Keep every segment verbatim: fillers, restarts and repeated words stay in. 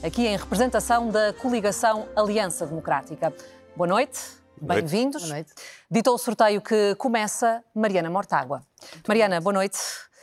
aqui em representação da coligação Aliança Democrática. Boa noite, bem-vindos. Boa noite. Dito o sorteio que começa, Mariana Mortágua. Mariana, boa noite.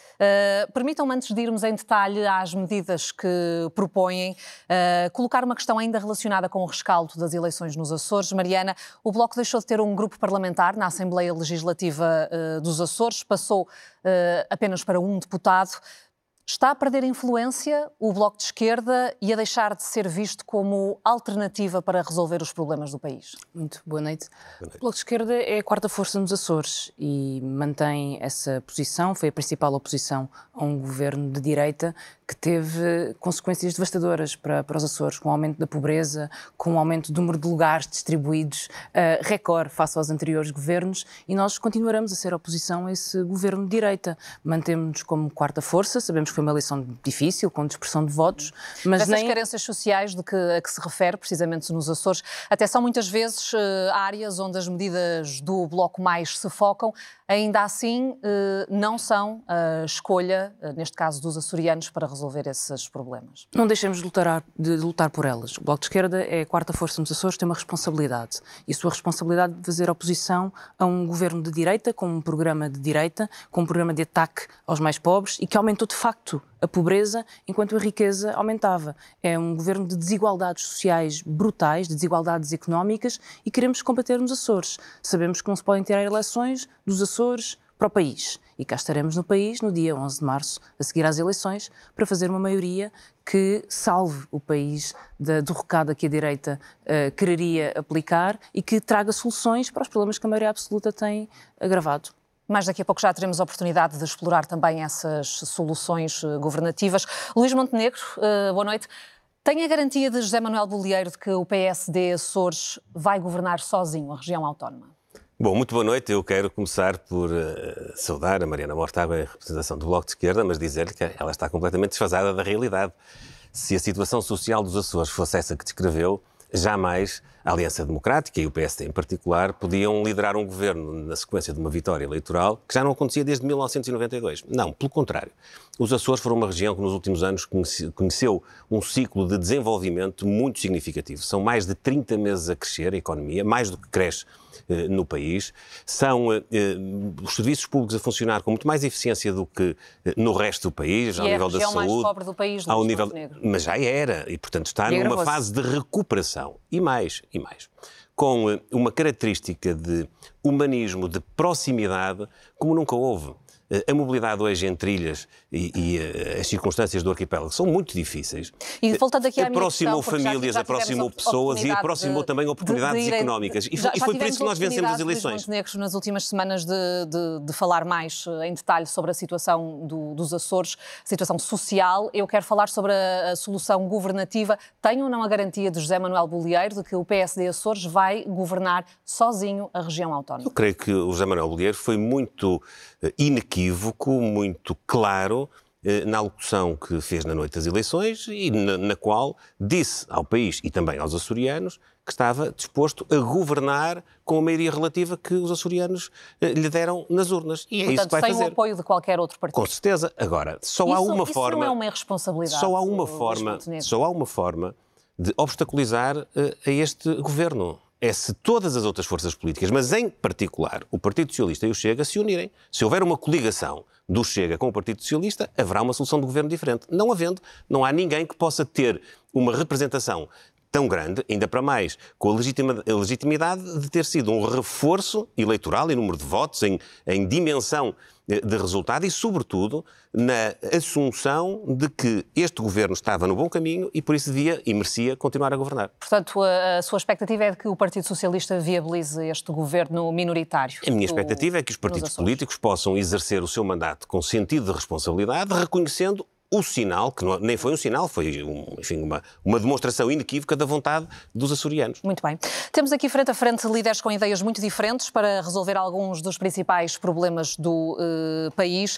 Uh, Permitam-me, antes de irmos em detalhe às medidas que propõem, uh, colocar uma questão ainda relacionada com o rescaldo das eleições nos Açores. Mariana, o Bloco deixou de ter um grupo parlamentar na Assembleia Legislativa uh, dos Açores, passou uh, apenas para um deputado. Está a perder influência o Bloco de Esquerda e a deixar de ser visto como alternativa para resolver os problemas do país? Muito boa noite. Boa noite. O Bloco de Esquerda é a quarta força nos Açores e mantém essa posição. Foi a principal oposição a um governo de direita que teve consequências devastadoras para, para os Açores, com o aumento da pobreza, com o aumento do número de lugares distribuídos, uh, recorde face aos anteriores governos, e nós continuaremos a ser oposição a esse governo de direita. Mantemos-nos como quarta força, sabemos que foi uma eleição difícil, com dispersão de votos, mas Essas nem... carências sociais de que, a que se refere, precisamente nos Açores, até são muitas vezes uh, áreas onde as medidas do Bloco mais se focam, ainda assim uh, não são a escolha, uh, neste caso dos açorianos, para resolver esses problemas. Não deixemos de lutar, de lutar por elas. O Bloco de Esquerda é a quarta força nos Açores, tem uma responsabilidade, e a sua responsabilidade de fazer oposição a um governo de direita, com um programa de direita, com um programa de ataque aos mais pobres e que aumentou de facto a pobreza enquanto a riqueza aumentava. É um governo de desigualdades sociais brutais, de desigualdades económicas, e queremos combater nos Açores. Sabemos que não se podem tirar eleições dos Açores para o país. E cá estaremos no país no dia onze de março, a seguir às eleições, para fazer uma maioria que salve o país da derrocada que a direita uh, quereria aplicar e que traga soluções para os problemas que a maioria absoluta tem agravado. Mas daqui a pouco já teremos a oportunidade de explorar também essas soluções governativas. Luís Montenegro, boa noite. Tem a garantia de José Manuel Bolieiro de que o P S D Açores vai governar sozinho a região autónoma? Bom, muito boa noite. Eu quero começar por uh, saudar a Mariana Mortágua em representação do Bloco de Esquerda, mas dizer-lhe que ela está completamente desfasada da realidade. Se a situação social dos Açores fosse essa que descreveu, jamais a Aliança Democrática e o P S D em particular podiam liderar um governo na sequência de uma vitória eleitoral que já não acontecia desde mil novecentos e noventa e dois. Não, pelo contrário. Os Açores foram uma região que nos últimos anos conheceu um ciclo de desenvolvimento muito significativo. São mais de trinta meses a crescer a economia, mais do que cresce eh, no país. São eh, os serviços públicos a funcionar com muito mais eficiência do que eh, no resto do país, e ao é nível da saúde. É a região mais pobre do país, ao nível, Montenegro. Mas já era, e portanto está e numa fase de recuperação. E mais, e mais. Com uma característica de humanismo, de proximidade, como nunca houve. A mobilidade hoje entre ilhas e, e as circunstâncias do arquipélago são muito difíceis. E voltando aqui à minha aproximou questão, famílias, aproximou pessoas e aproximou de, também oportunidades de, de, de, económicas. E, já, e foi por isso que nós vencemos as eleições. Montenegro, nas últimas semanas de, de, de falar mais em detalhe sobre a situação do, dos Açores, a situação social. Eu quero falar sobre a, a solução governativa. Tem ou não a garantia de José Manuel Bolieiro de que o P S D Açores vai governar sozinho a região autónoma? Eu creio que o José Manuel Bolieiro foi muito inequívoco, muito claro na alocução que fez na noite das eleições e na, na qual disse ao país e também aos açorianos que estava disposto a governar com a maioria relativa que os açorianos eh, lhe deram nas urnas. E é Portanto, isso que vai sem fazer. o apoio de qualquer outro partido. Com certeza. Agora, só isso, há uma isso forma... não é uma irresponsabilidade. Só há uma forma, só há uma forma de obstaculizar uh, a este governo. É se todas as outras forças políticas, mas em particular o Partido Socialista e o Chega, se unirem. Se houver uma coligação do Chega com o Partido Socialista, haverá uma solução de governo diferente. Não havendo, não há ninguém que possa ter uma representação tão grande, ainda para mais, com a, legitima, a legitimidade de ter sido um reforço eleitoral em número de votos, em, em dimensão de resultado e, sobretudo, na assunção de que este governo estava no bom caminho e, por isso, devia e merecia continuar a governar. Portanto, a, a sua expectativa é de que o Partido Socialista viabilize este governo minoritário? A minha do, expectativa é que os partidos políticos possam exercer o seu mandato com sentido de responsabilidade, reconhecendo o sinal, que não, nem foi um sinal, foi um, enfim, uma, uma demonstração inequívoca da vontade dos açorianos. Muito bem. Temos aqui frente a frente líderes com ideias muito diferentes para resolver alguns dos principais problemas do uh, país.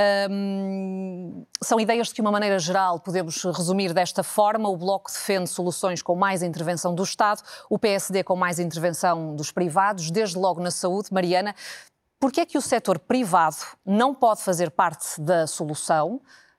Um, são ideias que, de uma maneira geral, podemos resumir desta forma. O Bloco defende soluções com mais intervenção do Estado, o P S D com mais intervenção dos privados, desde logo na saúde. Mariana, porquê é que o setor privado não pode fazer parte da solução,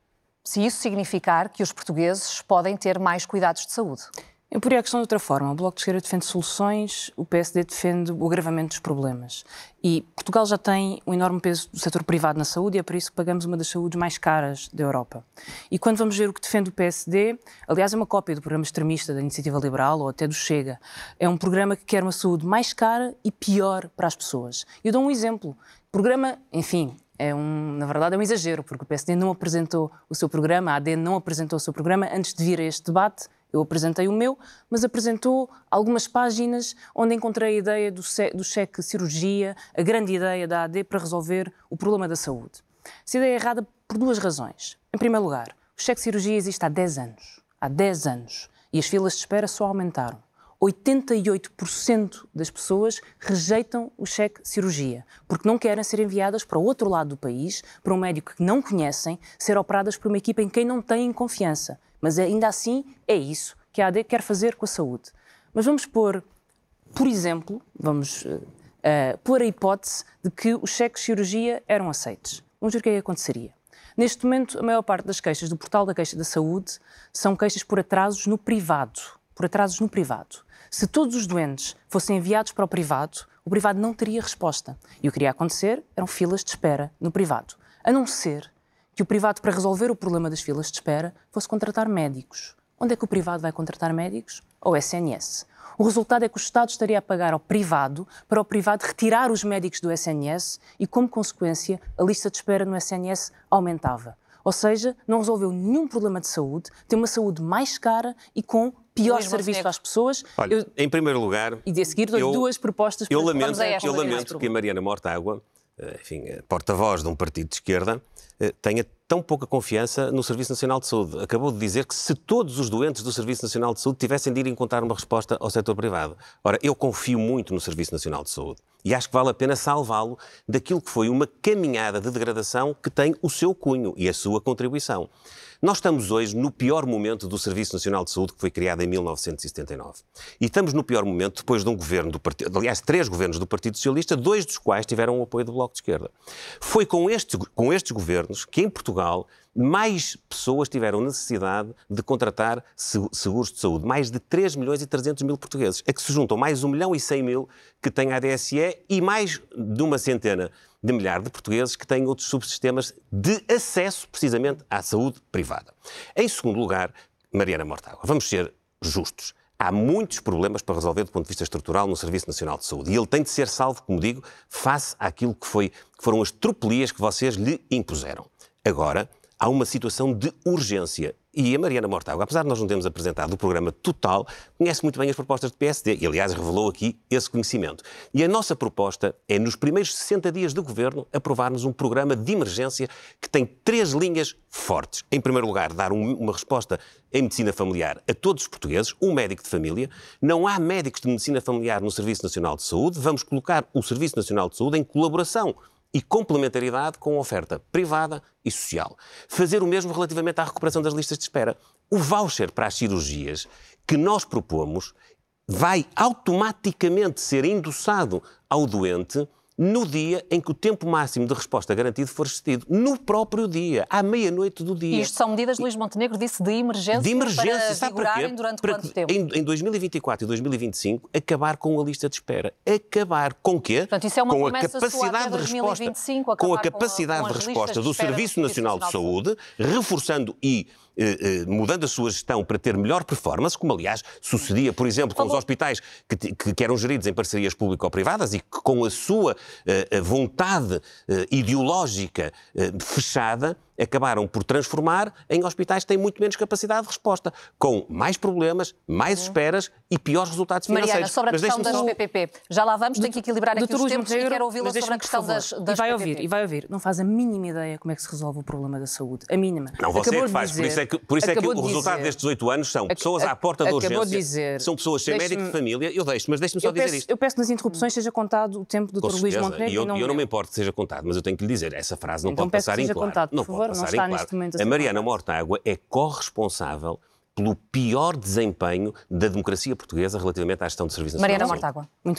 se isso significar que os portugueses podem ter mais cuidados de saúde. Eu poria a questão de outra forma. O Bloco de Esquerda defende soluções, o P S D defende o agravamento dos problemas. E Portugal já tem um enorme peso do setor privado na saúde e é por isso que pagamos uma das saúdes mais caras da Europa. E quando vamos ver o que defende o P S D, aliás é uma cópia do programa extremista da Iniciativa Liberal ou até do Chega, é um programa que quer uma saúde mais cara e pior para as pessoas. Eu dou um exemplo. O programa, enfim... É um, na verdade é um exagero, porque o P S D não apresentou o seu programa, a AD não apresentou o seu programa antes de vir a este debate. Eu apresentei o meu, mas apresentou algumas páginas onde encontrei a ideia do, do cheque cirurgia, a grande ideia da A D para resolver o problema da saúde. Essa ideia é errada por duas razões. Em primeiro lugar, o cheque cirurgia existe há dez anos. Há dez anos. E as filas de espera só aumentaram. oitenta e oito por cento das pessoas rejeitam o cheque cirurgia, porque não querem ser enviadas para o outro lado do país, para um médico que não conhecem, ser operadas por uma equipa em quem não têm confiança. Mas ainda assim é isso que a A D quer fazer com a saúde. Mas vamos pôr, por exemplo, vamos uh, uh, pôr a hipótese de que os cheques cirurgia eram aceitos. Vamos ver o que é que aconteceria. Neste momento, a maior parte das queixas do portal da Queixa da Saúde são queixas por atrasos no privado. Por atrasos no privado. Se todos os doentes fossem enviados para o privado, o privado não teria resposta. E o que iria acontecer eram filas de espera no privado. A não ser que o privado, para resolver o problema das filas de espera, fosse contratar médicos. Onde é que o privado vai contratar médicos? Ao S N S. O resultado é que o Estado estaria a pagar ao privado para o privado retirar os médicos do S N S e, como consequência, a lista de espera no S N S aumentava. Ou seja, não resolveu nenhum problema de saúde, tem uma saúde mais cara e com pior Luís serviço Montenegro. às pessoas. Olha, eu, em primeiro lugar... e de a seguir dou duas propostas para eu lamento, Vamos a esta, eu Luís. lamento que a Mariana Mortágua, enfim, porta-voz de um partido de esquerda, tenha tão pouca confiança no Serviço Nacional de Saúde. Acabou de dizer que se todos os doentes do Serviço Nacional de Saúde tivessem de ir encontrar uma resposta ao setor privado. Ora, eu confio muito no Serviço Nacional de Saúde e acho que vale a pena salvá-lo daquilo que foi uma caminhada de degradação que tem o seu cunho e a sua contribuição. Nós estamos hoje no pior momento do Serviço Nacional de Saúde, que foi criado em mil novecentos e setenta e nove. E estamos no pior momento depois de um governo do Partido, aliás, três governos do Partido Socialista, dois dos quais tiveram o apoio do Bloco de Esquerda. Foi com estes, com estes governos que, em Portugal, mais pessoas tiveram necessidade de contratar seguros de saúde. Mais de três milhões e trezentos mil portugueses. A que se juntam mais um milhão e cem mil que têm a A D S E e mais de uma centena de milhares de portugueses que têm outros subsistemas de acesso, precisamente, à saúde privada. Em segundo lugar, Mariana Mortágua, vamos ser justos. Há muitos problemas para resolver do ponto de vista estrutural no Serviço Nacional de Saúde e ele tem de ser salvo, como digo, face àquilo que, foi, que foram as tropelias que vocês lhe impuseram. Agora, há uma situação de urgência. E a Mariana Mortágua, apesar de nós não termos apresentado o programa total, conhece muito bem as propostas do P S D e, aliás, revelou aqui esse conhecimento. E a nossa proposta é, nos primeiros sessenta dias de governo, aprovarmos um programa de emergência que tem três linhas fortes. Em primeiro lugar, dar um, uma resposta em medicina familiar a todos os portugueses, um médico de família. Não há médicos de medicina familiar no Serviço Nacional de Saúde. Vamos colocar o Serviço Nacional de Saúde em colaboração e complementaridade com a oferta privada e social. Fazer o mesmo relativamente à recuperação das listas de espera. O voucher para as cirurgias que nós propomos vai automaticamente ser endossado ao doente no dia em que o tempo máximo de resposta garantido for excedido. No próprio dia, à meia-noite do dia. E isto são medidas, Luís Montenegro disse, de emergência, de emergência para sabe vigorarem porquê? durante para quanto que, tempo? Em, em dois mil e vinte e quatro e dois mil e vinte e cinco, acabar com a lista de espera. Acabar com o quê? Portanto, isso é uma com a promessa capacidade sua até de dois mil e vinte e cinco, resposta, com a acabar com a- capacidade com as de listas resposta de do espera do Serviço Serviço Nacional de Nacional de Saúde, reforçando e eh, eh, mudando a sua gestão para ter melhor performance, como aliás sucedia, por exemplo, com os hospitais que, que, que eram geridos em parcerias público-privadas e que com a sua eh, vontade eh, ideológica eh, fechada, acabaram por transformar em hospitais que têm muito menos capacidade de resposta, com mais problemas, mais esperas e piores resultados financeiros. Mariana, sobre a Mas questão das deixe-me só- P P P. Já lá vamos, tem que equilibrar aqui Doutor os Luís tempos e Montenegro, quero ouvi-la mas sobre a deixe-me, por questão favor, das, das e vai P P P. ouvir, e vai ouvir. Não faz a mínima ideia como é que se resolve o problema da saúde. A mínima. Não, você Acabou é que de faz. dizer- por isso é que, por isso é que acabou o de resultado dizer- destes oito anos são Ac- pessoas à porta da acabou de urgência, dizer- são pessoas sem médico de Deixe-me- família. Eu deixo, mas deixe-me só Eu dizer peço, isto. eu peço que nas interrupções seja contado o tempo do Com doutor Luís certeza. Montenegro E eu, e não eu não o me meu. importo que seja contado, mas eu tenho que lhe dizer, essa frase não Então pode peço que passar em seja claro. contado, por não favor, pode não passar está em claro. neste momento a A ser Mariana contado. Mortágua é corresponsável pelo pior desempenho da democracia portuguesa relativamente à gestão do Serviço Nacional Mariana de Saúde. Mortágua. Muito bem.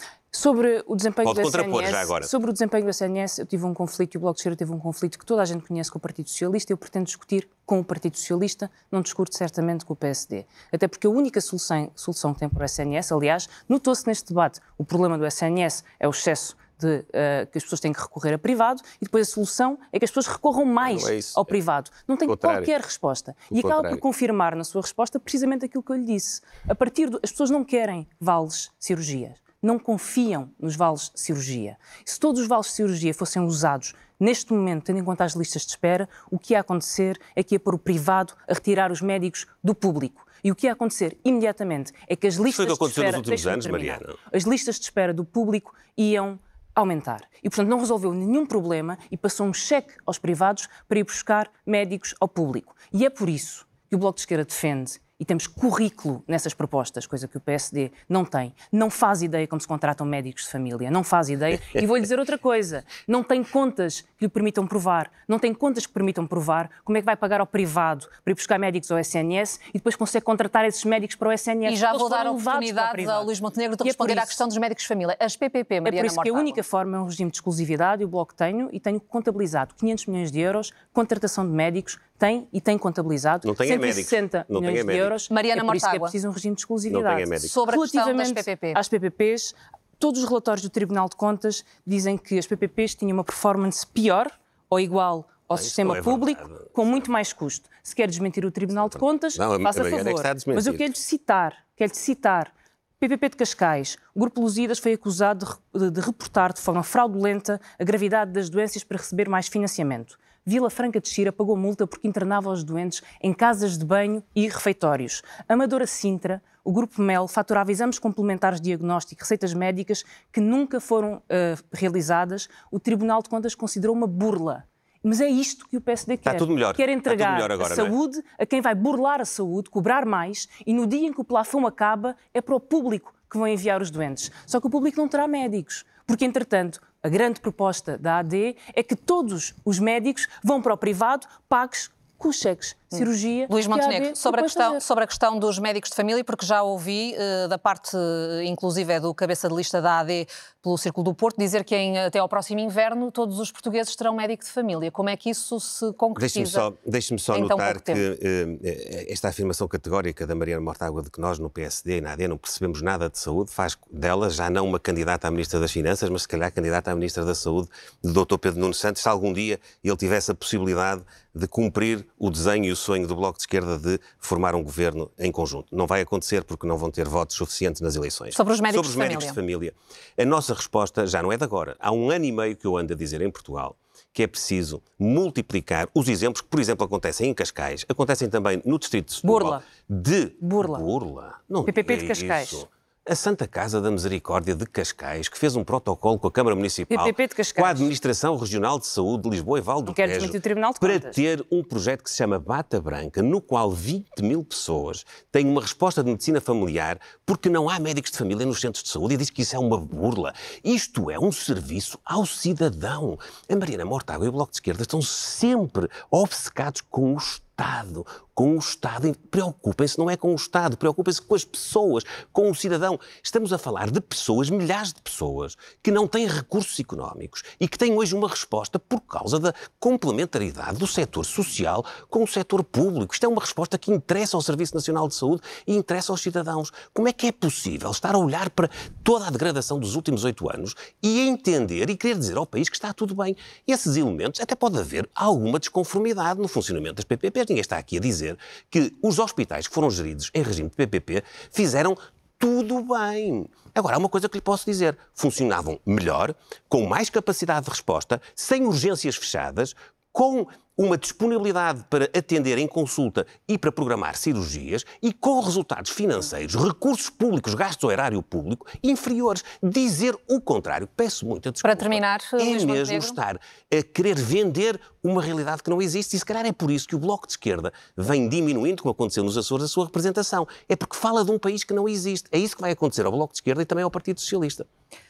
Sobre o desempenho Pode do S N contrapor S, já agora. sobre o desempenho do S N S, eu tive um conflito, e o Bloco de Esquerda teve um conflito que toda a gente conhece com o Partido Socialista, e eu pretendo discutir com o Partido Socialista, não discuto certamente com o P S D. Até porque a única solução, solução que tem para o S N S, aliás, notou-se neste debate, o problema do S N S é o excesso de, uh, que as pessoas têm que recorrer a privado, e depois a solução é que as pessoas recorram mais é isso, ao privado. Não tem contrário. qualquer resposta. O e acaba contrário. por confirmar na sua resposta precisamente aquilo que eu lhe disse. A partir do, as pessoas não querem vales cirurgias. Não confiam nos vales de cirurgia. Se todos os vales de cirurgia fossem usados neste momento, tendo em conta as listas de espera, o que ia acontecer é que ia pôr o privado a retirar os médicos do público. E o que ia acontecer imediatamente é que as listas Foi o que de espera... aconteceu nos últimos anos, Mariana. As listas de espera do público iam aumentar. E, portanto, não resolveu nenhum problema e passou um cheque aos privados para ir buscar médicos ao público. E é por isso que o Bloco de Esquerda defende, e temos currículo nessas propostas, coisa que o P S D não tem. Não faz ideia como se contratam médicos de família, não faz ideia. E vou-lhe dizer outra coisa, não tem contas que lhe permitam provar, não tem contas que permitam provar como é que vai pagar ao privado para ir buscar médicos ao S N S e depois consegue contratar esses médicos para o S N S. E já Eles vou dar a foram levados para o oportunidade privado. ao Luís Montenegro de E é por responder à isso- questão dos médicos de família. As P P P, É Mariana por isso que a Mortágua. única forma é um regime de exclusividade, e o Bloco tenho, e tenho contabilizado quinhentos milhões de euros, contratação de médicos, tem e tem contabilizado Não tem é cento e médicos. sessenta Não tem milhões é de médicos. euros. Mariana é por isso que é Mortágua. preciso um regime de Não tem exclusividade. é médicos. Sobre a questão das Relativamente P P P. às P P Ps, todos os relatórios do Tribunal de Contas dizem que as P P Ps tinham uma performance pior ou igual ao isso sistema não é público, verdade. com muito mais custo. Se quer desmentir o Tribunal de Contas, Não, a faça Mariana é que favor. está a desmentir. Mas eu quero-lhe citar, quero-lhe citar P P P de Cascais. O Grupo Lusíadas foi acusado de, de, de reportar de forma fraudulenta a gravidade das doenças para receber mais financiamento. Vila Franca de Xira pagou multa porque internava os doentes em casas de banho e refeitórios. Amadora Sintra, o Grupo Mel faturava exames complementares de diagnóstico e receitas médicas que nunca foram uh, realizadas. O Tribunal de Contas considerou uma burla. Mas é isto que o P S D quer. Está tudo melhor. Quer Está tudo entregar melhor agora, a não é? saúde a quem vai burlar a saúde, cobrar mais, e no dia em que o plafond acaba é para o público que vão enviar os doentes. Só que o público não terá médicos, porque, entretanto, a grande proposta da A D é que todos os médicos vão para o privado, pagos com os cheques de cirurgia. Luís que a Montenegro, AD sobre a, propõe questão, fazer. sobre a questão dos médicos de família, porque já ouvi uh, da parte, uh, inclusive, é do cabeça de lista da A D pelo Círculo do Porto, dizer que em, até ao próximo inverno todos os portugueses terão médico de família. Como é que isso se concretiza? Deixe-me só, deixe só em tão notar pouco que tempo? eh, esta afirmação categórica da Mariana Mortágua de que nós no P S D e na A D não percebemos nada de saúde faz dela já não uma candidata à Ministra das Finanças, mas se calhar candidata à Ministra da Saúde de doutor Pedro Nuno Santos, se algum dia ele tivesse a possibilidade de cumprir o desenho e o sonho do Bloco de Esquerda de formar um governo em conjunto. Não vai acontecer porque não vão ter votos suficientes nas eleições. Sobre os médicos, Sobre os de, médicos família. de família. A nossa resposta já não é de agora. Há um ano e meio que eu ando a dizer em Portugal que é preciso multiplicar os exemplos que, por exemplo, acontecem em Cascais, acontecem também no distrito de Setúbal. Burla. De Burla. Burla. Não P P P de diga Cascais. isso. A Santa Casa da Misericórdia de Cascais, que fez um protocolo com a Câmara Municipal, P P P de Cascais. com a Administração Regional de Saúde de Lisboa e Val do Não quero Tejo, desmentir o Tribunal de para Contas. ter um projeto que se chama Bata Branca, no qual vinte mil pessoas têm uma resposta de medicina familiar porque não há médicos de família nos centros de saúde, e diz que isso é uma burla. Isto é um serviço ao cidadão. A Mariana Mortágua e o Bloco de Esquerda estão sempre obcecados com o Estado, com o Estado. E preocupem-se, não é com o Estado, preocupem-se com as pessoas, com o cidadão. Estamos a falar de pessoas, milhares de pessoas, que não têm recursos económicos e que têm hoje uma resposta por causa da complementaridade do setor social com o setor público. Isto é uma resposta que interessa ao Serviço Nacional de Saúde e interessa aos cidadãos. Como é que é possível estar a olhar para toda a degradação dos últimos oito anos e entender e querer dizer ao país que está tudo bem? Esses elementos, até pode haver alguma desconformidade no funcionamento das P P Ps. Ninguém está aqui a dizer que os hospitais que foram geridos em regime de P P P fizeram tudo bem. Agora, há uma coisa que lhe posso dizer. Funcionavam melhor, com mais capacidade de resposta, sem urgências fechadas, com uma disponibilidade para atender em consulta e para programar cirurgias e com resultados financeiros, recursos públicos, gasto ao erário público, inferiores. Dizer o contrário, peço muita desculpa. Para terminar, é Luís mesmo Montenegro. estar a querer vender uma realidade que não existe, e se calhar é por isso que o Bloco de Esquerda vem diminuindo, como aconteceu nos Açores, a sua representação. É porque fala de um país que não existe. É isso que vai acontecer ao Bloco de Esquerda e também ao Partido Socialista.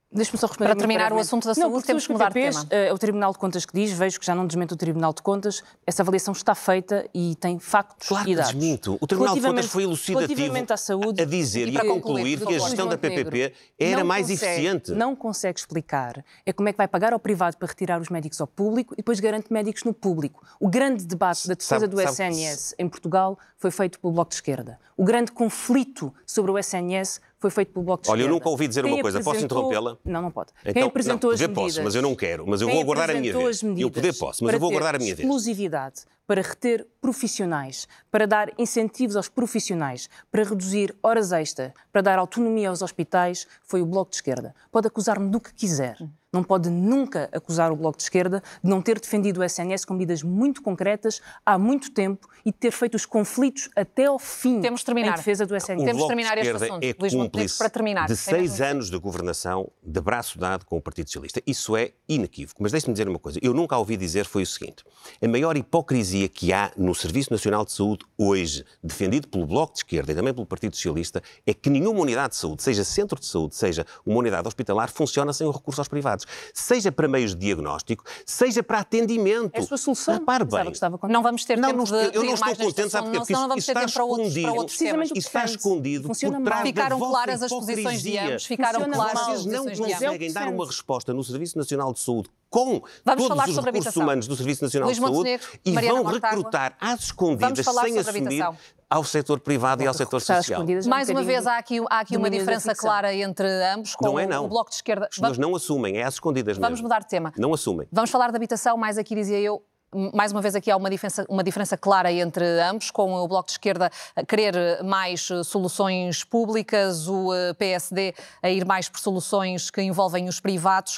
Deixe-me só responder. Para terminar o assunto da saúde, não, temos que mudar de tema. É o Tribunal de Contas que diz, vejo que já não desmente o Tribunal de Contas, essa avaliação está feita e tem factos claro e dados. Claro que desminto. O Tribunal de Contas foi elucidativo à saúde, a dizer e, e a concluir que a gestão da P P P era mais consegue, eficiente. Não consegue explicar é como é que vai pagar ao privado para retirar os médicos ao público e depois garante médicos no público. O grande debate da defesa sabe, do S N S sabe, em Portugal foi feito pelo Bloco de Esquerda. O grande conflito sobre o S N S foi feito pelo Bloco de Olha, Esquerda. eu nunca ouvi dizer Quem uma coisa. Posso interrompê-la? Não, não pode. Então, Quem apresentou não, as medidas... posso, mas eu não quero. Mas eu Quem vou aguardar a minha vez. Eu poder posso, mas eu vou aguardar a minha vez. Exclusividade, para reter profissionais, para dar incentivos aos profissionais, para reduzir horas extras, para dar autonomia aos hospitais, foi o Bloco de Esquerda. Pode acusar-me do que quiser. Não pode nunca acusar o Bloco de Esquerda de não ter defendido o S N S com medidas muito concretas há muito tempo e de ter feito os conflitos até ao fim Temos de terminar. em defesa do S N S. O Temos de Bloco terminar de este Esquerda assunto. é Luís Montenegro, para terminar. de seis anos de governação de braço dado com o Partido Socialista. Isso é inequívoco. Mas deixe-me dizer uma coisa. Eu nunca ouvi dizer foi o seguinte. A maior hipocrisia que há no Serviço Nacional de Saúde hoje, defendido pelo Bloco de Esquerda e também pelo Partido Socialista, é que nenhuma unidade de saúde, seja centro de saúde, seja uma unidade hospitalar, funciona sem o recurso aos privados. Seja para meios de diagnóstico, seja para atendimento. É a sua solução. Repare bem. Não vamos ter não, tempo não, de eu não ir estou mais contente, sabe porque não, não vamos isso ter está tempo para outros, para escondido. outros temas. Isso está escondido por trás da Ficaram vossa claras as posições de ambos. Ficaram Funciona claras mal. as Vocês não posições de ambos. conseguem dar uma resposta no Serviço Nacional de Saúde com Vamos todos falar os sobre recursos habitação. humanos do Serviço Nacional Luís de Saúde Montenegro, e Mariana vão Mortágua. recrutar às escondidas, Vamos falar sem sobre assumir, habitação. ao setor privado e ao setor social. Mais uma vez, há aqui, há aqui uma domínio da diferença ficção. clara entre ambos, com Não é, não. o Bloco de Esquerda. As pessoas não assumem, é às escondidas Vamos mesmo. mudar de tema. Não assumem. Vamos falar de habitação, mais aqui dizia eu. Mais uma vez aqui há uma diferença, uma diferença clara entre ambos, com o Bloco de Esquerda a querer mais soluções públicas, o P S D a ir mais por soluções que envolvem os privados.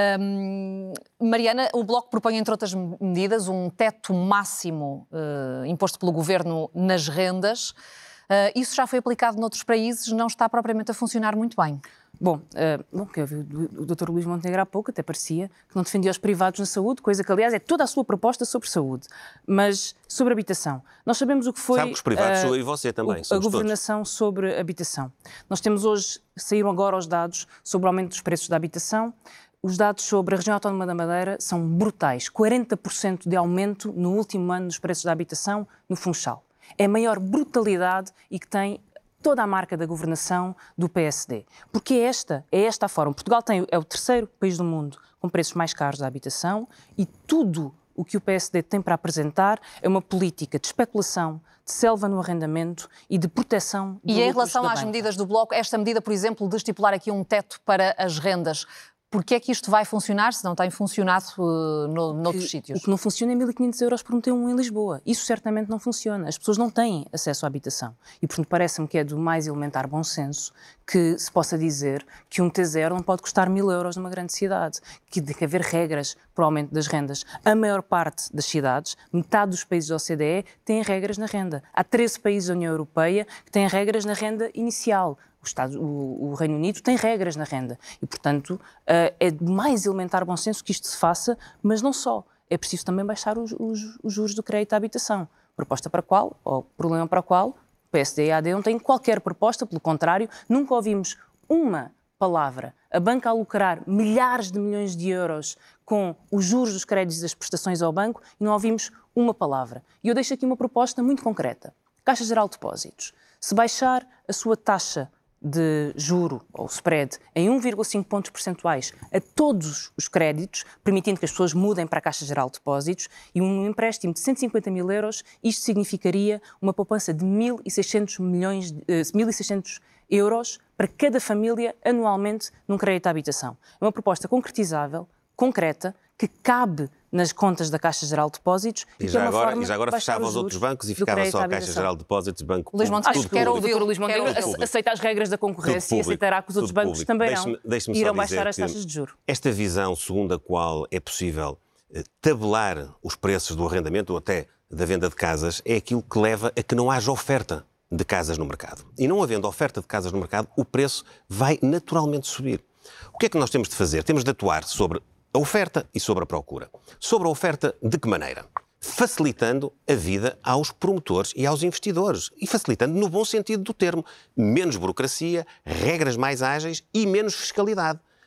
Um, Mariana, o Bloco propõe, entre outras medidas, um teto máximo uh, imposto pelo Governo nas rendas. Uh, isso já foi aplicado noutros países, não está propriamente a funcionar muito bem. Bom, uh, bom, que eu vi o doutor Luís Montenegro há pouco, até parecia que não defendia os privados na saúde, coisa que, aliás, é toda a sua proposta sobre saúde. Mas sobre habitação, nós sabemos o que foi... Sabe que os privados, uh, sou eu e você também, o, somos a governação todos. Sobre habitação. Nós temos hoje, saíram agora os dados sobre o aumento dos preços da habitação. Os dados sobre a região autónoma da Madeira são brutais. quarenta por cento de aumento no último ano dos preços da habitação no Funchal. É a maior brutalidade e que tem toda a marca da governação do P S D. Porque é esta, é esta a forma. Portugal tem, é o terceiro país do mundo com preços mais caros da habitação e tudo o que o P S D tem para apresentar é uma política de especulação, de selva no arrendamento e de proteção de E em relação da às banca. medidas do Bloco, esta medida, por exemplo, de estipular aqui um teto para as rendas, porquê é que isto vai funcionar se não tem funcionado uh, no, noutros sítios? O que não funciona é mil e quinhentos euros por um T um em Lisboa. Isso certamente não funciona. As pessoas não têm acesso à habitação. E, portanto, parece-me que é do mais elementar bom senso que se possa dizer que um T zero não pode custar mil euros numa grande cidade, que tem que haver regras para o aumento das rendas. A maior parte das cidades, metade dos países da O C D E, têm regras na renda. Há treze países da União Europeia que têm regras na renda inicial. O, Estado, o, o Reino Unido tem regras na renda e, portanto, uh, é de mais elementar bom senso que isto se faça, mas não só. É preciso também baixar os, os, os juros do crédito à habitação. Proposta para a qual, ou problema para o qual, o P S D e a AD não têm qualquer proposta, pelo contrário, nunca ouvimos uma palavra. A banca a lucrar milhares de milhões de euros com os juros dos créditos e das prestações ao banco e não ouvimos uma palavra. E eu deixo aqui uma proposta muito concreta. Caixa Geral de Depósitos. Se baixar a sua taxa de juro, ou spread, em um vírgula cinco pontos percentuais a todos os créditos, permitindo que as pessoas mudem para a Caixa Geral de Depósitos, e um empréstimo de cento e cinquenta mil euros, isto significaria uma poupança de mil e seiscentos milhões, mil e seiscentos euros para cada família anualmente num crédito à habitação. É uma proposta concretizável, concreta, que cabe nas contas da Caixa Geral de Depósitos. E, e já, é uma agora, forma e já agora de baixar fechava os outros bancos e ficava só a Caixa Geral de Depósitos, Banco Luís Montenegro, Acho que quero ouvir o Luís Montenegro aceita as regras da concorrência e aceitará que os outros bancos também não deixe-me irão só baixar as que taxas de juros. Esta visão segundo a qual é possível eh, tabelar os preços do arrendamento ou até da venda de casas é aquilo que leva a que não haja oferta de casas no mercado. E não havendo oferta de casas no mercado, o preço vai naturalmente subir. O que é que nós temos de fazer? Temos de atuar sobre a oferta e sobre a procura. Sobre a oferta, de que maneira? Facilitando a vida aos promotores e aos investidores. E facilitando no bom sentido do termo. Menos burocracia, regras mais ágeis e menos fiscalidade.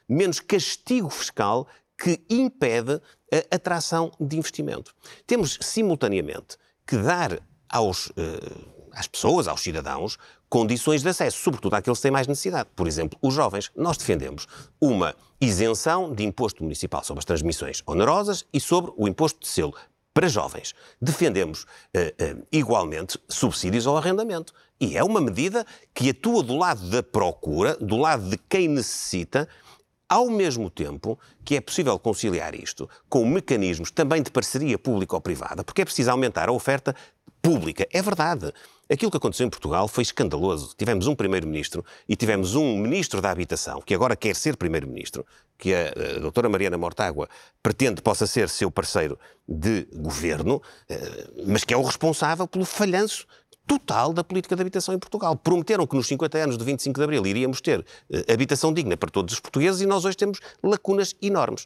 menos castigo fiscal que impede a atração de investimento. Temos, simultaneamente, que dar aos, às pessoas, aos cidadãos, condições de acesso, sobretudo àqueles que têm mais necessidade. Por exemplo, os jovens. Nós defendemos uma isenção de imposto municipal sobre as transmissões onerosas e sobre o imposto de selo para jovens. Defendemos, uh, uh, igualmente, subsídios ao arrendamento. E é uma medida que atua do lado da procura, do lado de quem necessita, ao mesmo tempo que é possível conciliar isto com mecanismos também de parceria pública ou privada, porque é preciso aumentar a oferta pública. É verdade. Aquilo que aconteceu em Portugal foi escandaloso. Tivemos um primeiro-ministro e tivemos um ministro da Habitação, que agora quer ser primeiro-ministro, que a, a doutora Mariana Mortágua pretende possa ser seu parceiro de governo, mas que é o responsável pelo falhanço total da política de habitação em Portugal. Prometeram que nos cinquenta anos do vinte e cinco de Abril iríamos ter uh, habitação digna para todos os portugueses e nós hoje temos lacunas enormes.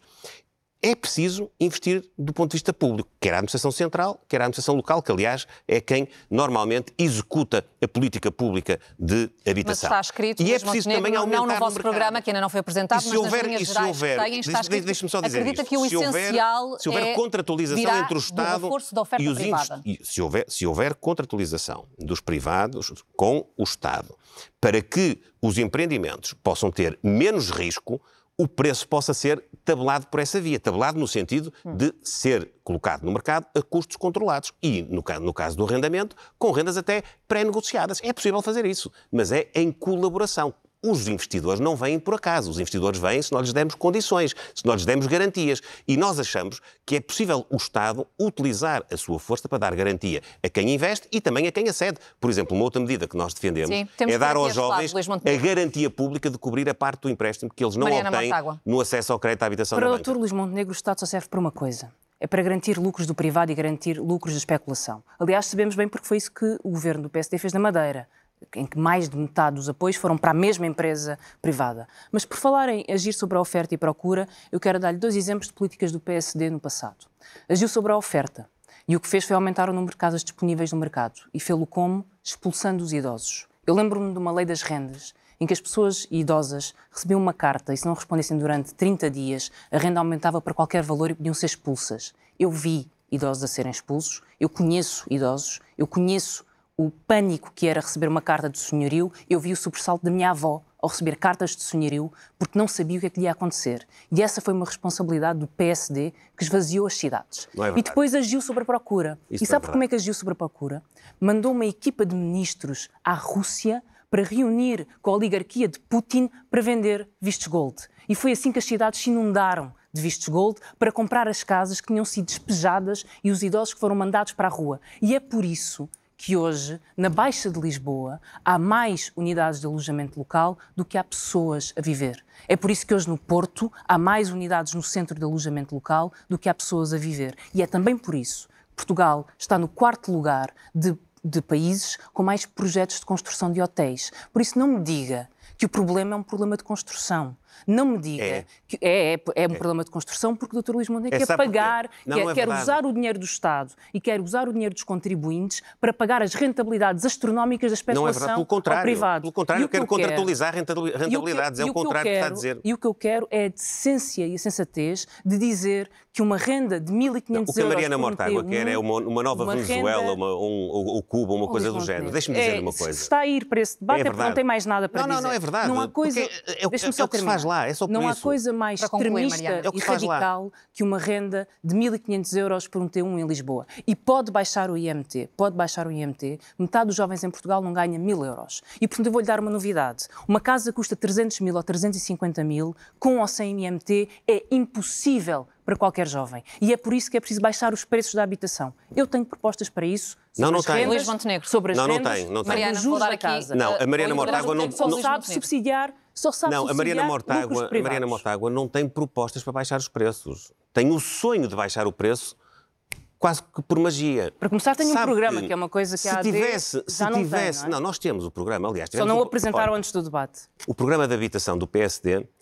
É preciso investir do ponto de vista público, quer a administração central, quer a administração local, que aliás é quem normalmente executa a política pública de habitação. Mas está escrito, e é preciso também aumentar não no vosso no programa, que ainda não foi apresentado, mas houver, nas linhas gerais houver, que têm, está escrito, deixe-me só dizer acredita isto. que o se houver, essencial se houver é contratualização entre o Estado da oferta e os privada. E se houver, se houver contratualização dos privados com o Estado, para que os empreendimentos possam ter menos risco, o preço possa ser tabelado por essa via. Tabelado no sentido de ser colocado no mercado a custos controlados. E, no, no caso do arrendamento, com rendas até pré-negociadas. É possível fazer isso, mas é em colaboração. Os investidores não vêm por acaso. Os investidores vêm se nós lhes demos condições, se nós lhes demos garantias. E nós achamos que é possível o Estado utilizar a sua força para dar garantia a quem investe e também a quem acede. Por exemplo, uma outra medida que nós defendemos Sim, é dar aos jovens a garantia pública de cobrir a parte do empréstimo que eles não Mariana obtêm Mortágua. no acesso ao crédito à habitação Para na o banca. doutor Luís Montenegro, o Estado só serve para uma coisa. É para garantir lucros do privado e garantir lucros da especulação. Aliás, sabemos bem porque foi isso que o governo do P S D fez na Madeira, em que mais de metade dos apoios foram para a mesma empresa privada. Mas por falar em agir sobre a oferta e procura, eu quero dar-lhe dois exemplos de políticas do P S D no passado. Agiu sobre a oferta e o que fez foi aumentar o número de casas disponíveis no mercado e fê-lo como? Expulsando os idosos. Eu lembro-me de uma lei das rendas em que as pessoas idosas recebiam uma carta e se não respondessem durante trinta dias, a renda aumentava para qualquer valor e podiam ser expulsas. Eu vi idosos a serem expulsos, eu conheço idosos, eu conheço o pânico que era receber uma carta de senhorio. Eu vi o sobressalto da minha avó ao receber cartas de senhorio porque não sabia o que é que lhe ia acontecer. E essa foi uma responsabilidade do P S D que esvaziou as cidades. É e depois agiu sobre a procura. Isso e sabe é como é que agiu sobre a procura? Mandou uma equipa de ministros à Rússia para reunir com a oligarquia de Putin para vender vistos gold. E foi assim que as cidades se inundaram de vistos gold para comprar as casas que tinham sido despejadas e os idosos que foram mandados para a rua. E é por isso que hoje, na Baixa de Lisboa, há mais unidades de alojamento local do que há pessoas a viver. É por isso que hoje no Porto há mais unidades no centro de alojamento local do que há pessoas a viver. E é também por isso que Portugal está no quarto lugar de, de países com mais projetos de construção de hotéis. Por isso não me diga que o problema é um problema de construção. Não me diga é. que é, é, é um é. problema de construção porque o doutor Luís Montenegro é, quer pagar, não, quer, não é quer usar o dinheiro do Estado e quer usar o dinheiro dos contribuintes para pagar as rentabilidades astronómicas da especulação não é verdade, pelo contrário, ao privado. Pelo contrário, eu quero que eu contratualizar rentabilidades, que, é o contrário que, que está a dizer. E o que eu quero é a decência e a sensatez de dizer que uma renda de mil e quinhentos euros... O que a Mariana Mortágua quer é uma, uma nova uma Venezuela, renda... uma, um, ou, ou Cuba, uma coisa do género. Deixe-me dizer é, uma coisa. Se está a ir para esse debate é, é porque não tem mais nada para não, dizer. Não, não, é verdade. Não há coisa... É, é, é, é o que se faz lá, é só por Não isso. há coisa mais concluir, extremista é e radical que uma renda de mil e quinhentos euros por um T um em Lisboa. E pode baixar o I M T, pode baixar o I M T. Metade dos jovens em Portugal não ganha mil euros. E, portanto, eu vou-lhe dar uma novidade. Uma casa custa trezentos mil ou trezentos e cinquenta mil, com ou sem I M T, é impossível para qualquer jovem. E é por isso que é preciso baixar os preços da habitação. Eu tenho propostas para isso. Não, não tem. Luís Montenegro. Sobre as não, não rendas, tem, não tem. Mariana, juros vou dar da aqui, casa. Não, a Mariana Mortágua não, só não sabe subsidiar, só sabe não, a Mariana Mortágua, a Mariana Mortágua não tem propostas para baixar os preços. Tem o sonho de baixar o preço quase que por magia. Para começar, tem um Sabe programa, que, que que é uma coisa que se a AD tivesse, já se não tivesse, tem, não, é? não, nós temos o programa, aliás... Só não o o apresentaram olha, antes do debate. O programa de habitação do P S D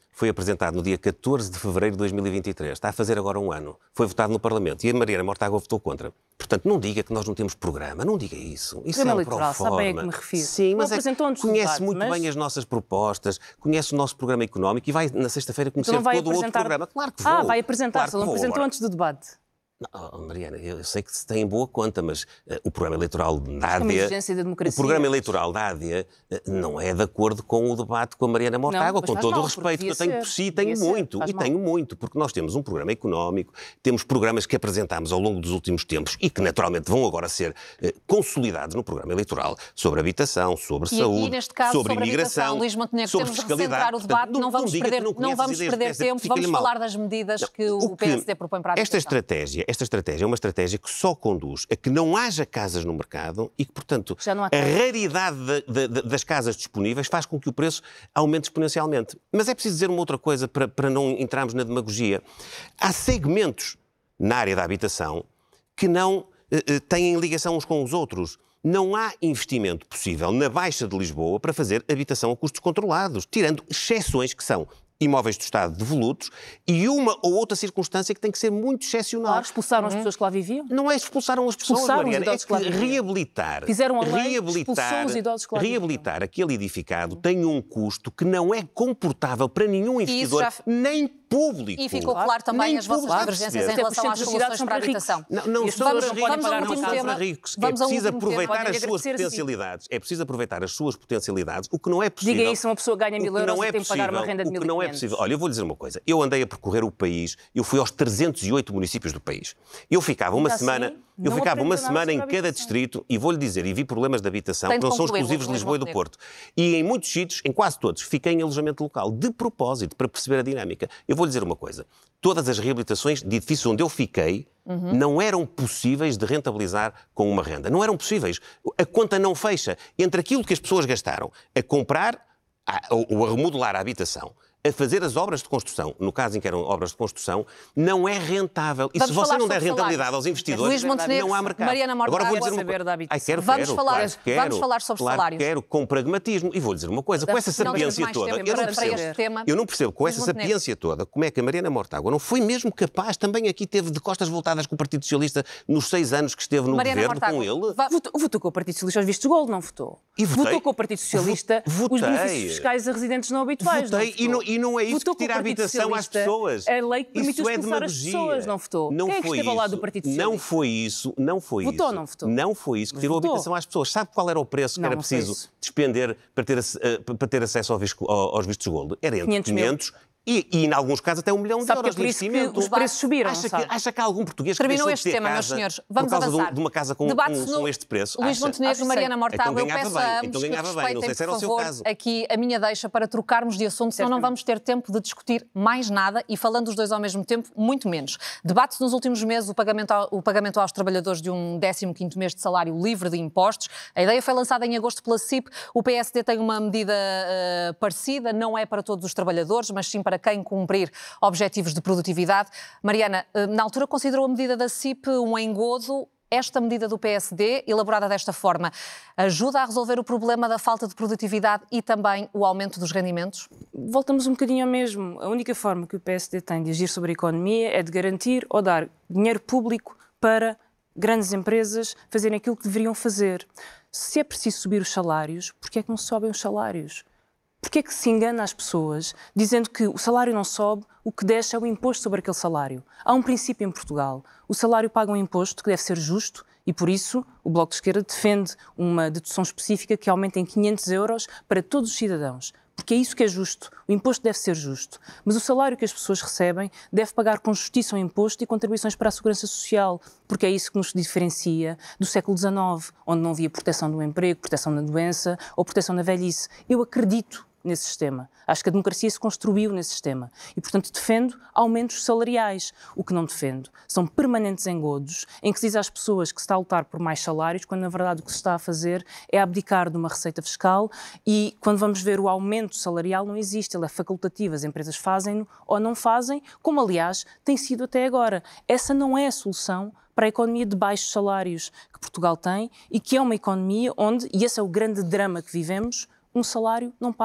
foi apresentado no dia catorze de fevereiro de dois mil e vinte e três. Está a fazer agora um ano. Foi votado no Parlamento. E a Mariana Mortágua votou contra. Portanto, não diga que nós não temos programa. Não diga isso. Isso é um eleitoral, sabe bem a que me refiro. Sim, mas é, conhece debate, muito mas... bem as nossas propostas, conhece o nosso programa económico e vai, na sexta-feira, conhecer então todo o apresentar... outro programa. Claro que vou. Ah, vai apresentar. Claro Só não apresentou vou. antes do debate. Não, Mariana, eu sei que se tem em boa conta, mas uh, o programa eleitoral da A D I A... É uma exigência da democracia. O programa eleitoral da A D I A uh, não é de acordo com o debate com a Mariana Mortágua, com todo mal, o respeito que eu tenho ser, por si, e tenho muito, ser, e mal. tenho muito, porque nós temos um programa económico, temos programas que apresentámos ao longo dos últimos tempos e que naturalmente vão agora ser uh, consolidados no programa eleitoral sobre habitação, sobre e saúde, aqui, neste caso, sobre, sobre imigração, Luís Montenegro, sobre temos de fiscalidade. recentrar o debate, Portanto, não vamos não perder, não não vamos perder dessa, tempo, vamos mal. falar das medidas não, que o, o P S D propõe para a habitação. Esta estratégia, esta estratégia é uma estratégia que só conduz a que não haja casas no mercado e que, portanto, a raridade de, de, das casas disponíveis faz com que o preço aumente exponencialmente. Mas é preciso dizer uma outra coisa para, para não entrarmos na demagogia. Há segmentos na área da habitação que não eh, têm ligação uns com os outros. Não há investimento possível na Baixa de Lisboa para fazer habitação a custos controlados, tirando exceções que são imóveis do Estado devolutos e uma ou outra circunstância que tem que ser muito excepcional. Claro, expulsaram as pessoas que lá viviam? Não é expulsaram as pessoas, Expulsaram Mariana, os idosos é que lá que viviam. reabilitar, Fizeram a lei, reabilitar, expulsou os idosos que lá reabilitar aquele edificado tem um custo que não é comportável para nenhum investidor, já... nem público. E ficou claro também nem as vossas público. divergências em Até relação às soluções para a habitação. Não, não e são vamos, para vamos ricos, pagar não uma são casa. para ricos. É Vamos a um preciso último aproveitar tema. as suas potencialidades. É preciso aproveitar as suas potencialidades. O que não é possível... Diga isso, uma pessoa ganha mil euros não e é tem que pagar uma renda de mil e quinhentos. O que não é possível... Olha, eu vou lhe dizer uma coisa. Eu andei a percorrer o país, eu fui aos trezentos e oito municípios do país. Eu ficava uma Ainda semana... assim, Eu não ficava uma aprende nada semana em sobre a cada habitação. distrito e vou-lhe dizer, e vi problemas de habitação Tem que de não são concluir, exclusivos de Luís Lisboa e do Montenegro. Porto. E em muitos sítios, em quase todos, fiquei em alojamento local, de propósito, para perceber a dinâmica. Eu vou-lhe dizer uma coisa. Todas as reabilitações de edifícios onde eu fiquei uhum. não eram possíveis de rentabilizar com uma renda. Não eram possíveis. A conta não fecha. Entre aquilo que as pessoas gastaram a comprar a, ou a remodelar a habitação, a fazer as obras de construção, no caso em que eram obras de construção, não é rentável. E Vamos se você não der sobre rentabilidade salários. aos investidores, Luís Montenegro, não há mercado. Mariana Mortágua, Agora vou dizer uma saber da coisa. habitação. Ai, quero, Vamos quero, falar- claro, quero, vamos falar sobre claro, salários. quero, com pragmatismo. E vou dizer uma coisa, com essa Não temos sapiência mais toda, tempo eu não para- para percebo, este tema. eu não percebo, com Luís essa Montenegro. sapiência toda, como é que a Mariana Mortágua não foi mesmo capaz, também aqui teve de costas voltadas com o Partido Socialista nos seis anos que esteve no Mariana governo Mortágua, com ele. va- Votou, votou com o Partido Socialista aos vistos de gold, não votou? E votei. Votou com o Partido Socialista Vo- os votei. benefícios fiscais a residentes não habituais. Votei, e, não, e não é isso Votou que tira com a o Partido habitação às Socialista, pessoas. a lei que permitiu Isso é expulsar as demagogia. pessoas, não votou? Não Quem é que foi esteve ao lado isso. do Partido Não Socialista? foi isso, não foi Votou isso. ou não votou? Não foi isso que Mas tirou a votou. habitação às pessoas. Sabe qual era o preço que Não, era não foi preciso isso. despender para ter, ac- eh, para ter acesso ao visco- ao- aos vistos gold? Era entre quinhentos mil. quinhentos e, e, em alguns casos, até um milhão de Sabe que euros é por de isso que investimento. os preços subiram, acha, não sabe? que, acha que há algum português que Terminou deixou este de ter tema, meus casa senhores. Vamos por causa avançar. de, de uma casa com, Debate-se com, no- com este preço? Luís Acha? Montenegro, Acho que Mariana sei. Mortágua, Então eu ganhava peço bem, a ambos então que ganhava bem. Não respeitem, sei se era por o seu favor, caso. aqui a minha deixa para trocarmos de assunto, senão não vamos ter tempo de discutir mais nada e falando os dois ao mesmo tempo, muito menos. Debate-se nos últimos meses o pagamento, ao, o pagamento aos trabalhadores de um décimo quinto mês de salário livre de impostos. A ideia foi lançada em agosto pela C I P. O P S D tem uma medida uh, parecida, não é para todos os trabalhadores, mas sim para quem cumprir objetivos de produtividade. Mariana, uh, na altura considerou a medida da C I P um engodo. Esta medida do P S D, elaborada desta forma, ajuda a resolver o problema da falta de produtividade e também o aumento dos rendimentos? Voltamos um bocadinho ao mesmo. A única forma que o P S D tem de agir sobre a economia é de garantir ou dar dinheiro público para grandes empresas fazerem aquilo que deveriam fazer. Se é preciso subir os salários, porquê é que não sobem os salários? Porquê é que se engana as pessoas dizendo que o salário não sobe, o que desce é o imposto sobre aquele salário? Há um princípio em Portugal. O salário paga um imposto que deve ser justo e, por isso, o Bloco de Esquerda defende uma dedução específica que aumenta em quinhentos euros para todos os cidadãos. Porque é isso que é justo. O imposto deve ser justo. Mas o salário que as pessoas recebem deve pagar com justiça o imposto e contribuições para a segurança social, porque é isso que nos diferencia do século dezenove, onde não havia proteção do emprego, proteção da doença ou proteção da velhice. Eu acredito nesse sistema. Acho que a democracia se construiu nesse sistema. E, portanto, defendo aumentos salariais. O que não defendo são permanentes engodos em que se diz às pessoas que se está a lutar por mais salários, quando, na verdade, o que se está a fazer é abdicar de uma receita fiscal e, quando vamos ver o aumento salarial, não existe. Ele é facultativo. As empresas fazem-no ou não fazem, como, aliás, tem sido até agora. Essa não é a solução para a economia de baixos salários que Portugal tem e que é uma economia onde, e esse é o grande drama que vivemos, um salário não paga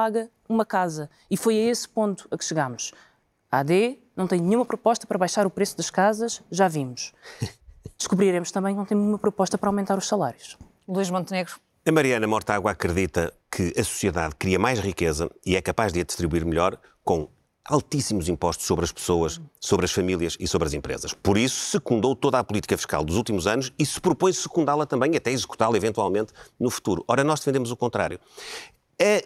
uma casa. E foi a esse ponto a que chegámos. A AD não tem nenhuma proposta para baixar o preço das casas, já vimos. Descobriremos também que não tem nenhuma proposta para aumentar os salários. Luís Montenegro. A Mariana Mortágua acredita que a sociedade cria mais riqueza e é capaz de a distribuir melhor com altíssimos impostos sobre as pessoas, sobre as famílias e sobre as empresas. Por isso, secundou toda a política fiscal dos últimos anos e se propõe secundá-la também, até executá-la eventualmente no futuro. Ora, nós defendemos o contrário. É,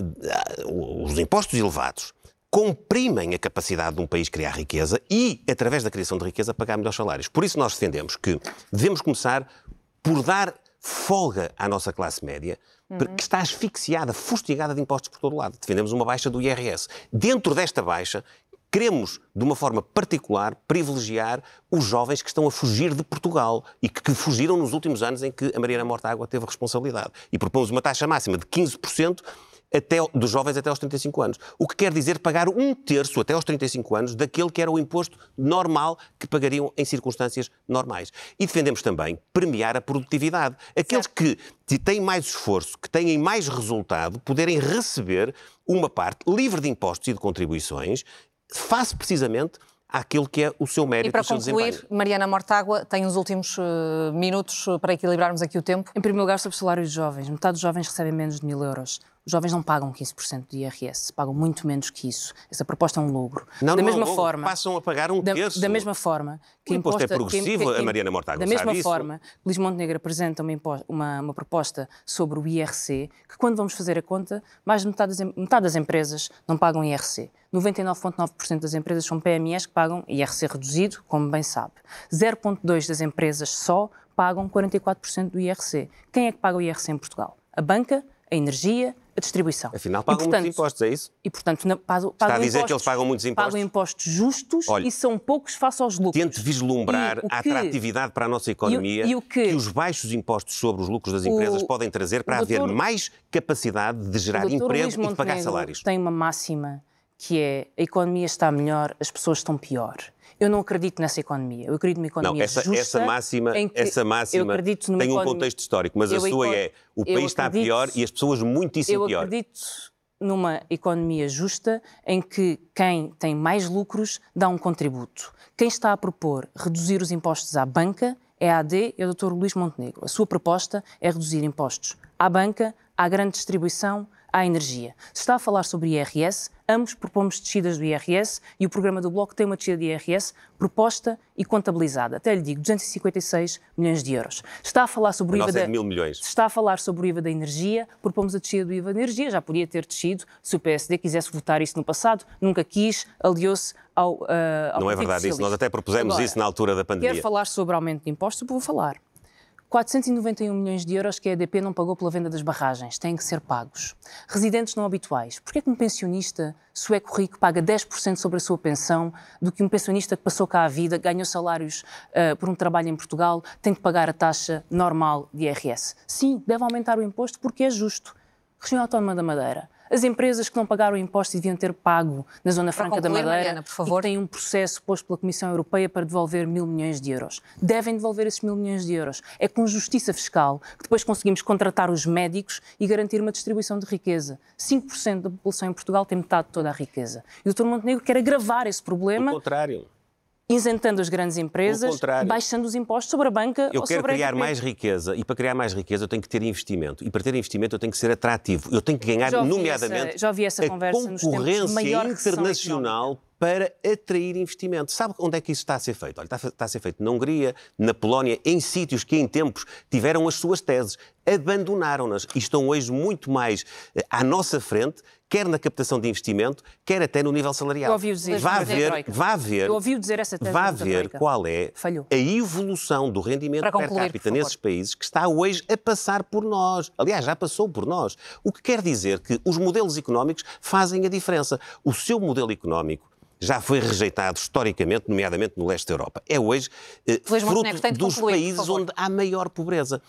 os impostos elevados comprimem a capacidade de um país criar riqueza e, através da criação de riqueza, pagar melhores salários. Por isso, nós defendemos que devemos começar por dar folga à nossa classe média, uhum. que está asfixiada, fustigada de impostos por todo o lado. Defendemos uma baixa do I R S. Dentro desta baixa, queremos, de uma forma particular, privilegiar os jovens que estão a fugir de Portugal e que, que fugiram nos últimos anos em que a Mariana Mortágua teve responsabilidade. E propomos uma taxa máxima de quinze por cento até, dos jovens até aos trinta e cinco anos. O que quer dizer pagar um terço até aos trinta e cinco anos daquele que era o imposto normal que pagariam em circunstâncias normais. E defendemos também premiar a produtividade. Aqueles certo. que têm mais esforço, que têm mais resultado, poderem receber uma parte livre de impostos e de contribuições, face precisamente àquilo que é o seu mérito e o seu desempenho. E para concluir, Mariana Mortágua, tem os últimos uh, minutos para equilibrarmos aqui o tempo. Em primeiro lugar, sobre o salário dos jovens. Metade dos jovens recebem menos de mil euros. Os jovens não pagam quinze por cento de I R S, pagam muito menos que isso. Essa proposta é um logro. Não, da não mesma é um forma, passam a pagar um da, terço. Da mesma forma que o imposto imposta, é progressivo, que, que, a Mariana Mortágua Da mesma sabe forma, isso. Luís Montenegro apresenta uma, uma, uma proposta sobre o I R C, que quando vamos fazer a conta, mais de metade das, metade das empresas não pagam I R C. noventa e nove vírgula nove por cento das empresas são P M Es que pagam I R C reduzido, como bem sabe. zero vírgula dois por cento das empresas só pagam quarenta e quatro por cento do I R C. Quem é que paga o I R C em Portugal? A banca, a energia, a distribuição. Afinal, pagam e, portanto, muitos impostos, é isso? E, portanto, na, pagam, Está pagam a dizer impostos, que eles pagam muitos impostos? Pagam impostos justos. Olha, e são poucos face aos lucros. Tente vislumbrar a atratividade para a nossa economia e o, e o que, que os baixos impostos sobre os lucros das empresas o, podem trazer para haver doutor, mais capacidade de gerar emprego e de pagar salários. Tem uma máxima que é: a economia está melhor, as pessoas estão pior. Eu não acredito nessa economia. Eu acredito numa economia não, essa, justa. Essa máxima, em que essa máxima tem um economia, contexto histórico, mas a sua é: o país está acredito, pior e as pessoas muitíssimo eu pior. Eu acredito numa economia justa em que quem tem mais lucros dá um contributo. Quem está a propor reduzir os impostos à banca é a AD e o doutor Luís Montenegro. A sua proposta é reduzir impostos à banca, à grande distribuição, à energia. Se está a falar sobre I R S, ambos propomos descidas do I R S e o programa do Bloco tem uma descida de I R S proposta e contabilizada. Até lhe digo, duzentos e cinquenta e seis milhões de euros. Está a falar sobre o I V A da... é de mil milhões. Se está a falar sobre o I V A da energia, propomos a descida do I V A da energia. Já podia ter descido se o P S D quisesse votar isso no passado. Nunca quis, aliou-se ao, uh, ao Não é verdade Socialista. isso. Nós até propusemos Agora, isso na altura da pandemia. Quero falar sobre aumento de impostos, eu vou falar. quatrocentos e noventa e um milhões de euros que a E D P não pagou pela venda das barragens, têm que ser pagos. Residentes não habituais. Porquê é que um pensionista sueco rico paga dez por cento sobre a sua pensão do que um pensionista que passou cá a vida, ganhou salários uh, por um trabalho em Portugal, tem que pagar a taxa normal de I R S? Sim, deve aumentar o imposto porque é justo. Região Autónoma da Madeira. As empresas que não pagaram impostos deviam ter pago na Zona Franca concluir, da Madeira, Mariana, por favor. E têm um processo posto pela Comissão Europeia para devolver mil milhões de euros. Devem devolver esses mil milhões de euros. É com justiça fiscal que depois conseguimos contratar os médicos e garantir uma distribuição de riqueza. cinco por cento da população em Portugal tem metade de toda a riqueza. E o doutor Montenegro quer agravar esse problema. O contrário. Isentando as grandes empresas, baixando os impostos sobre a banca eu ou quero sobre a criar mais riqueza e para criar mais riqueza eu tenho que ter investimento e para ter investimento eu tenho que ser atrativo. Eu tenho que ganhar, já nomeadamente, essa, já ouvi essa a conversa concorrência nos maior internacional para atrair investimento. Sabe onde é que isso está a ser feito? Olha, está, está a ser feito na Hungria, na Polónia, em sítios que em tempos tiveram as suas teses, abandonaram-nas e estão hoje muito mais à nossa frente, quer na captação de investimento, quer até no nível salarial. Eu ouvi dizer, vá ver, vá ver, eu ouvi dizer essa tese vá ver qual é Falhou. a evolução do rendimento para concluir, per capita nesses países que está hoje a passar por nós. Aliás, já passou por nós. O que quer dizer que os modelos económicos fazem a diferença. O seu modelo económico já foi rejeitado historicamente, nomeadamente no leste da Europa. É hoje eh, fruto dos concluir, países onde há maior pobreza.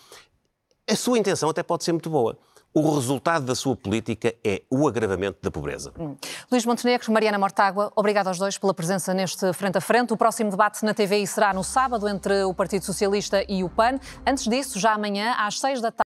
A sua intenção até pode ser muito boa. O resultado da sua política é o agravamento da pobreza. Hum. Luís Montenegro, Mariana Mortágua, obrigado aos dois pela presença neste Frente a Frente. O próximo debate na T V I será no sábado entre o Partido Socialista e o P A N. Antes disso, já amanhã, às seis da tarde,